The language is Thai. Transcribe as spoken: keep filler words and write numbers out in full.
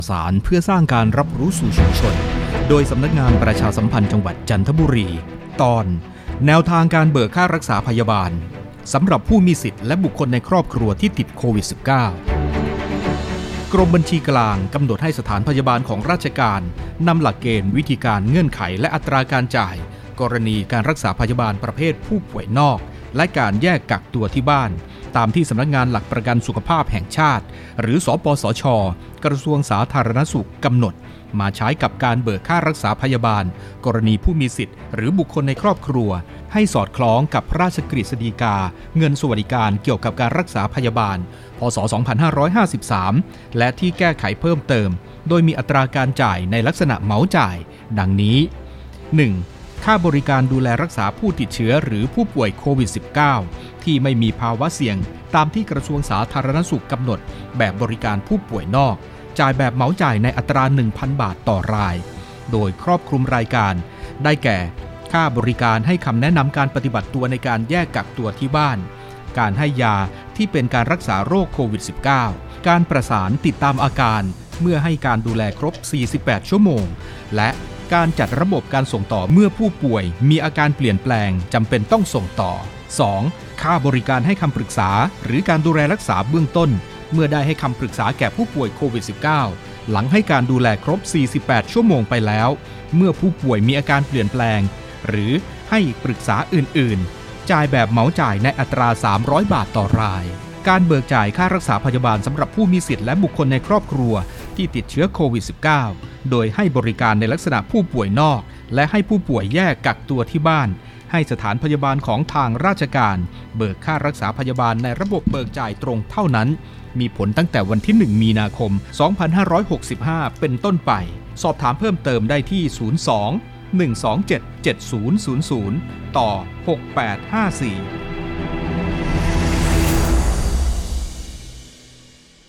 สารเพื่อสร้างการรับรู้สู่ชุมชนโดยสำนักงานประชาสัมพันธ์จังหวัดจันทบุรีตอนแนวทางการเบิกค่ารักษาพยาบาลสำหรับผู้มีสิทธิ์และบุคคลในครอบครัวที่ติดโควิด สิบเก้า กรมบัญชีกลางกำหนดให้สถานพยาบาลของราชการนำหลักเกณฑ์วิธีการเงื่อนไขและอัตราการจ่ายกรณีการรักษาพยาบาลประเภทผู้ป่วยนอกและการแยกกักตัวที่บ้านตามที่สำนักงานหลักประกันสุขภาพแห่งชาติหรือสปสช.กระทรวงสาธารณสุขกำหนดมาใช้กับการเบิกค่ารักษาพยาบาลกรณีผู้มีสิทธิ์หรือบุคคลในครอบครัวให้สอดคล้องกับพระราชกฤษฎีกาเงินสวัสดิการเกี่ยวกับการรักษาพยาบาลพ.ศ. สองพันห้าร้อยห้าสิบสามและที่แก้ไขเพิ่มเติมโดยมีอัตราการจ่ายในลักษณะเหมาจ่ายดังนี้ หนึ่ง. ค่าบริการดูแลรักษาผู้ติดเชื้อหรือผู้ป่วยโควิด สิบเก้า ที่ไม่มีภาวะเสี่ยงตามที่กระทรวงสาธารณสุขกำหนดแบบบริการผู้ป่วยนอกจ่ายแบบเหมาจ่ายในอัตรา หนึ่งพัน บาทต่อรายโดยครอบคลุมรายการได้แก่ค่าบริการให้คำแนะนำการปฏิบัติตัวในการแยกกักตัวที่บ้านการให้ยาที่เป็นการรักษาโรคโควิด สิบเก้า การประสานติดตามอาการเมื่อให้การดูแลครบ สี่สิบแปด ชั่วโมงและการจัดระบบการส่งต่อเมื่อผู้ป่วยมีอาการเปลี่ยนแปลงจำเป็นต้องส่งต่อ สอง. ค่าบริการให้คำปรึกษาหรือการดูแลรักษาเบื้องต้นเมื่อได้ให้คำปรึกษาแก่ผู้ป่วยโควิด สิบเก้า หลังให้การดูแลครบ สี่สิบแปด ชั่วโมงไปแล้วเมื่อผู้ป่วยมีอาการเปลี่ยนแปลงหรือให้ปรึกษาอื่นๆจ่ายแบบเหมาจ่ายในอัตรา สามร้อย บาทต่อรายการเบิกจ่ายค่ารักษาพยาบาลสำหรับผู้มีสิทธิ์และบุคคลในครอบครัวที่ติดเชื้อโควิด สิบเก้า โดยให้บริการในลักษณะผู้ป่วยนอกและให้ผู้ป่วยแยกกักตัวที่บ้านให้สถานพยาบาลของทางราชการเบิกค่ารักษาพยาบาลในระบบเบิกจ่ายตรงเท่านั้นมีผลตั้งแต่วันที่ หนึ่ง มีนาคม สองพันห้าร้อยหกสิบห้า เป็นต้นไปสอบถามเพิ่มเติมได้ที่ ศูนย์ สอง หนึ่ง สอง เจ็ด เจ็ด ศูนย์ ศูนย์ ศูนย์ ต่อ หก แปด ห้า สี่